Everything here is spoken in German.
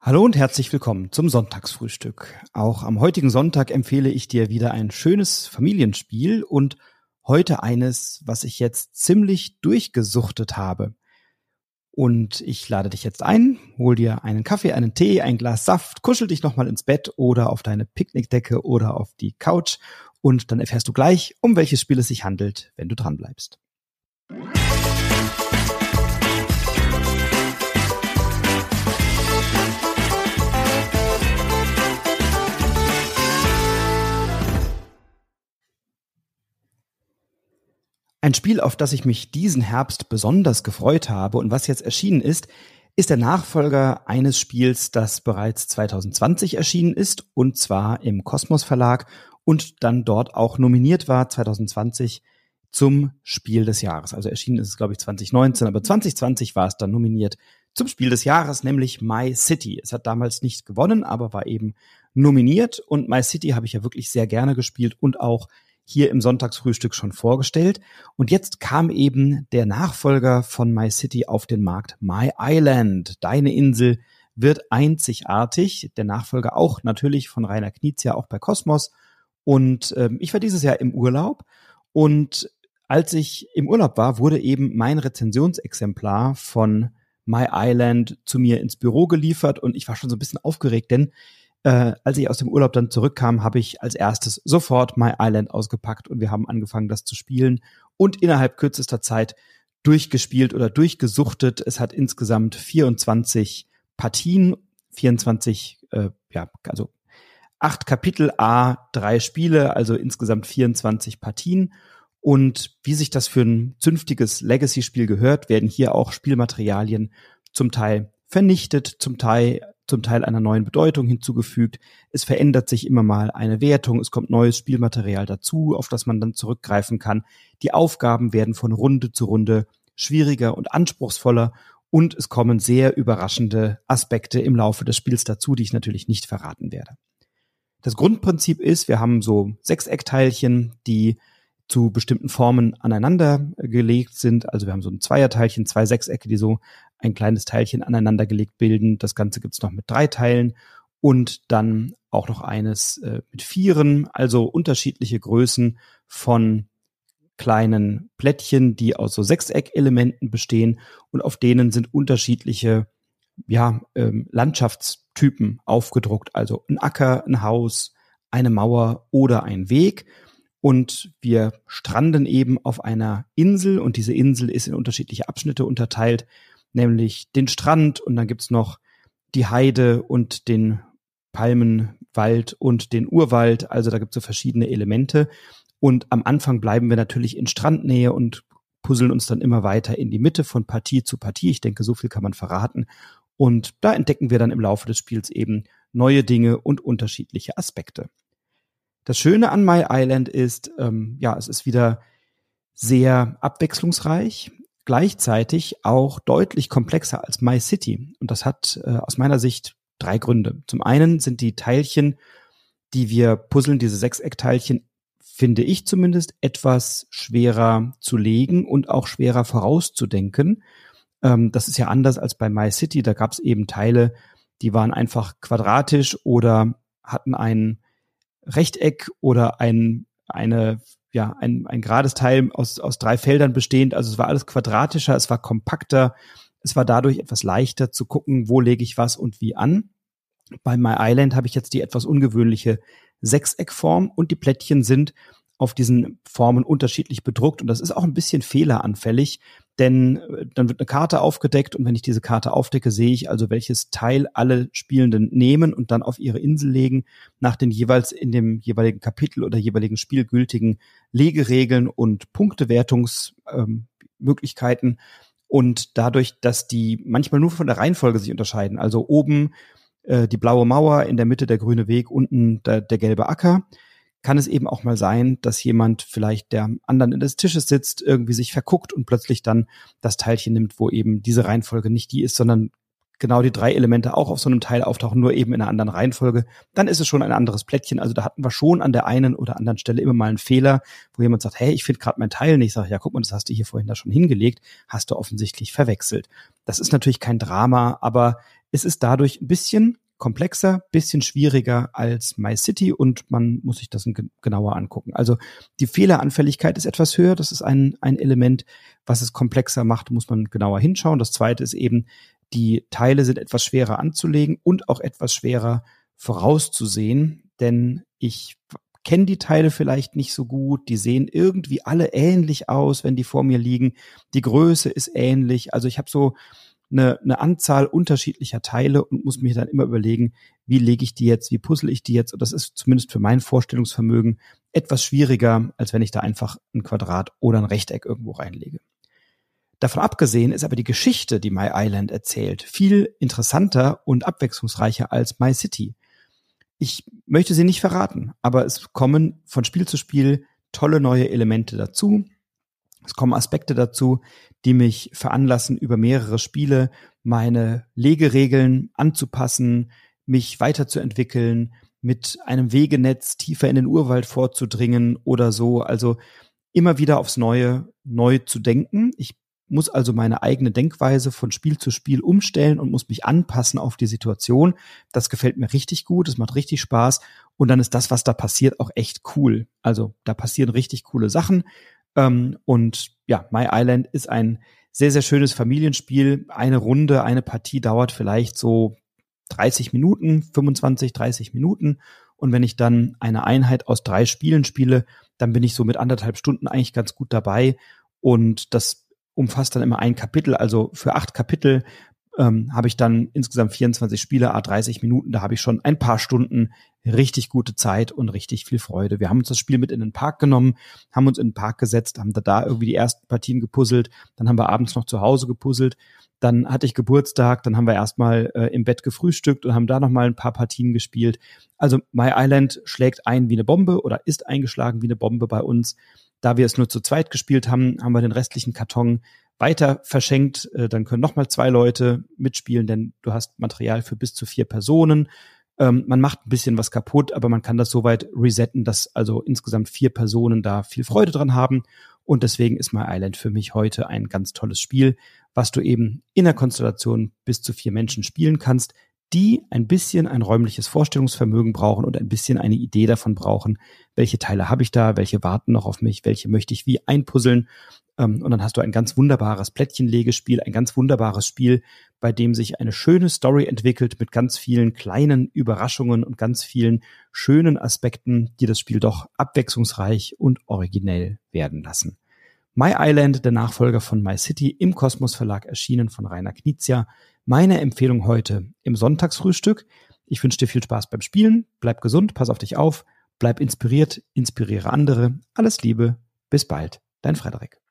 Hallo und herzlich willkommen zum Sonntagsfrühstück. Auch am heutigen Sonntag empfehle ich dir wieder ein schönes Familienspiel und heute eines, was ich jetzt ziemlich durchgesuchtet habe. Und ich lade dich jetzt ein, hol dir einen Kaffee, einen Tee, ein Glas Saft, kuschel dich nochmal ins Bett oder auf deine Picknickdecke oder auf die Couch und dann erfährst du gleich, um welches Spiel es sich handelt, wenn du dran bleibst. Ein Spiel, auf das ich mich diesen Herbst besonders gefreut habe und was jetzt erschienen ist, ist der Nachfolger eines Spiels, das bereits 2020 erschienen ist, und zwar im Kosmos Verlag und dann dort auch nominiert war 2020 zum Spiel des Jahres. Also erschienen ist es, glaube ich, 2019, aber 2020 war es dann nominiert zum Spiel des Jahres, nämlich My City. Es hat damals nicht gewonnen, aber war eben nominiert, und My City habe ich ja wirklich sehr gerne gespielt und auch hier im Sonntagsfrühstück schon vorgestellt. Und jetzt kam eben der Nachfolger von My City auf den Markt, My Island. Deine Insel wird einzigartig. Der Nachfolger auch natürlich von Rainer Knizia, auch bei Kosmos. Und ich war dieses Jahr im Urlaub. Und als ich im Urlaub war, wurde eben mein Rezensionsexemplar von My Island zu mir ins Büro geliefert. Und ich war schon so ein bisschen aufgeregt, denn als ich aus dem Urlaub dann zurückkam, habe ich als erstes sofort My Island ausgepackt und wir haben angefangen, das zu spielen und innerhalb kürzester Zeit durchgespielt oder durchgesuchtet. Es hat insgesamt 24 Partien, 8 Kapitel, 3 Spiele, also insgesamt 24 Partien. Und wie sich das für ein zünftiges Legacy-Spiel gehört, werden hier auch Spielmaterialien zum Teil vernichtet, zum Teil einer neuen Bedeutung hinzugefügt. Es verändert sich immer mal eine Wertung, es kommt neues Spielmaterial dazu, auf das man dann zurückgreifen kann. Die Aufgaben werden von Runde zu Runde schwieriger und anspruchsvoller und es kommen sehr überraschende Aspekte im Laufe des Spiels dazu, die ich natürlich nicht verraten werde. Das Grundprinzip ist, wir haben so Sechseckteilchen, die zu bestimmten Formen aneinander gelegt sind. Also wir haben so ein Zweierteilchen, 2 Sechsecke, die so ein kleines Teilchen aneinander gelegt bilden. Das Ganze gibt's noch mit 3 Teilen und dann auch noch eines mit 4, also unterschiedliche Größen von kleinen Plättchen, die aus so Sechseckelementen bestehen und auf denen sind unterschiedliche Landschaftstypen aufgedruckt. Also ein Acker, ein Haus, eine Mauer oder ein Weg. Und wir stranden eben auf einer Insel und diese Insel ist in unterschiedliche Abschnitte unterteilt, nämlich den Strand und dann gibt's noch die Heide und den Palmenwald und den Urwald. Also da gibt's so verschiedene Elemente. Und am Anfang bleiben wir natürlich in Strandnähe und puzzeln uns dann immer weiter in die Mitte von Partie zu Partie. Ich denke, so viel kann man verraten. Und da entdecken wir dann im Laufe des Spiels eben neue Dinge und unterschiedliche Aspekte. Das Schöne an My Island ist, es ist wieder sehr abwechslungsreich, gleichzeitig auch deutlich komplexer als My City. Und das hat aus meiner Sicht 3 Gründe. Zum einen sind die Teilchen, die wir puzzeln, diese Sechseckteilchen, finde ich zumindest, etwas schwerer zu legen und auch schwerer vorauszudenken. Das ist ja anders als bei My City. Da gab es eben Teile, die waren einfach quadratisch oder hatten ein Rechteck oder ein gerades Teil aus 3 Feldern bestehend. Also es war alles quadratischer, es war kompakter, es war dadurch etwas leichter zu gucken, wo lege ich was und wie an. Bei My Island habe ich jetzt die etwas ungewöhnliche Sechseckform und die Plättchen sind auf diesen Formen unterschiedlich bedruckt und das ist auch ein bisschen fehleranfällig, denn dann wird eine Karte aufgedeckt und wenn ich diese Karte aufdecke, sehe ich also, welches Teil alle Spielenden nehmen und dann auf ihre Insel legen, nach den jeweils in dem jeweiligen Kapitel oder jeweiligen Spiel gültigen Legeregeln und Punktewertungsmöglichkeiten und dadurch, dass die manchmal nur von der Reihenfolge sich unterscheiden, also oben die blaue Mauer, in der Mitte der grüne Weg, unten der gelbe Acker, kann es eben auch mal sein, dass jemand vielleicht, der am anderen Ende des Tisches sitzt, irgendwie sich verguckt und plötzlich dann das Teilchen nimmt, wo eben diese Reihenfolge nicht die ist, sondern genau die 3 Elemente auch auf so einem Teil auftauchen, nur eben in einer anderen Reihenfolge. Dann ist es schon ein anderes Plättchen. Also da hatten wir schon an der einen oder anderen Stelle immer mal einen Fehler, wo jemand sagt, hey, ich finde gerade mein Teil nicht. Ich sage, ja, guck mal, das hast du hier vorhin da schon hingelegt, hast du offensichtlich verwechselt. Das ist natürlich kein Drama, aber Es ist dadurch ein bisschen komplexer, bisschen schwieriger als MyCity und man muss sich das genauer angucken. Also die Fehleranfälligkeit ist etwas höher. Das ist ein Element, was es komplexer macht, muss man genauer hinschauen. Das zweite ist eben, die Teile sind etwas schwerer anzulegen und auch etwas schwerer vorauszusehen, denn ich kenne die Teile vielleicht nicht so gut. Die sehen irgendwie alle ähnlich aus, wenn die vor mir liegen. Die Größe ist ähnlich. Also ich habe so eine Anzahl unterschiedlicher Teile und muss mich dann immer überlegen, wie lege ich die jetzt, wie puzzle ich die jetzt. Und das ist zumindest für mein Vorstellungsvermögen etwas schwieriger, als wenn ich da einfach ein Quadrat oder ein Rechteck irgendwo reinlege. Davon abgesehen ist aber die Geschichte, die My Island erzählt, viel interessanter und abwechslungsreicher als My City. Ich möchte sie nicht verraten, aber es kommen von Spiel zu Spiel tolle neue Elemente dazu. Es kommen Aspekte dazu, die mich veranlassen, über mehrere Spiele meine Legeregeln anzupassen, mich weiterzuentwickeln, mit einem Wegenetz tiefer in den Urwald vorzudringen oder so. Also immer wieder aufs Neue neu zu denken. Ich muss also meine eigene Denkweise von Spiel zu Spiel umstellen und muss mich anpassen auf die Situation. Das gefällt mir richtig gut, es macht richtig Spaß und dann ist das, was da passiert, auch echt cool. Also da passieren richtig coole Sachen und ja, My Island ist ein sehr, sehr schönes Familienspiel. Eine Runde, eine Partie dauert vielleicht so 30 Minuten, 25, 30 Minuten und wenn ich dann eine Einheit aus 3 Spielen spiele, dann bin ich so mit 1,5 Stunden eigentlich ganz gut dabei und das umfasst dann immer ein Kapitel, also für 8 Kapitel habe ich dann insgesamt 24 Spiele, 30 Minuten, da habe ich schon ein paar Stunden richtig gute Zeit und richtig viel Freude. Wir haben uns das Spiel mit in den Park genommen, haben uns in den Park gesetzt, haben da irgendwie die ersten Partien gepuzzelt, dann haben wir abends noch zu Hause gepuzzelt, dann hatte ich Geburtstag, dann haben wir erstmal im Bett gefrühstückt und haben da nochmal ein paar Partien gespielt. Also My Island schlägt ein wie eine Bombe oder ist eingeschlagen wie eine Bombe bei uns. Da wir es nur zu zweit gespielt haben, haben wir den restlichen Karton weiter verschenkt. Dann können nochmal 2 Leute mitspielen, denn du hast Material für bis zu 4 Personen. Man macht ein bisschen was kaputt, aber man kann das so weit resetten, dass also insgesamt 4 Personen da viel Freude dran haben. Und deswegen ist My Island für mich heute ein ganz tolles Spiel, was du eben in der Konstellation bis zu 4 Menschen spielen kannst, die ein bisschen ein räumliches Vorstellungsvermögen brauchen und ein bisschen eine Idee davon brauchen, welche Teile habe ich da, welche warten noch auf mich, welche möchte ich wie einpuzzeln. Und dann hast du ein ganz wunderbares Plättchenlegespiel, ein ganz wunderbares Spiel, bei dem sich eine schöne Story entwickelt mit ganz vielen kleinen Überraschungen und ganz vielen schönen Aspekten, die das Spiel doch abwechslungsreich und originell werden lassen. My Island, der Nachfolger von My City, im Kosmos Verlag erschienen von Rainer Knizia. Meine Empfehlung heute im Sonntagsfrühstück. Ich wünsche dir viel Spaß beim Spielen, bleib gesund, pass auf dich auf, bleib inspiriert, inspiriere andere. Alles Liebe, bis bald, dein Frederik.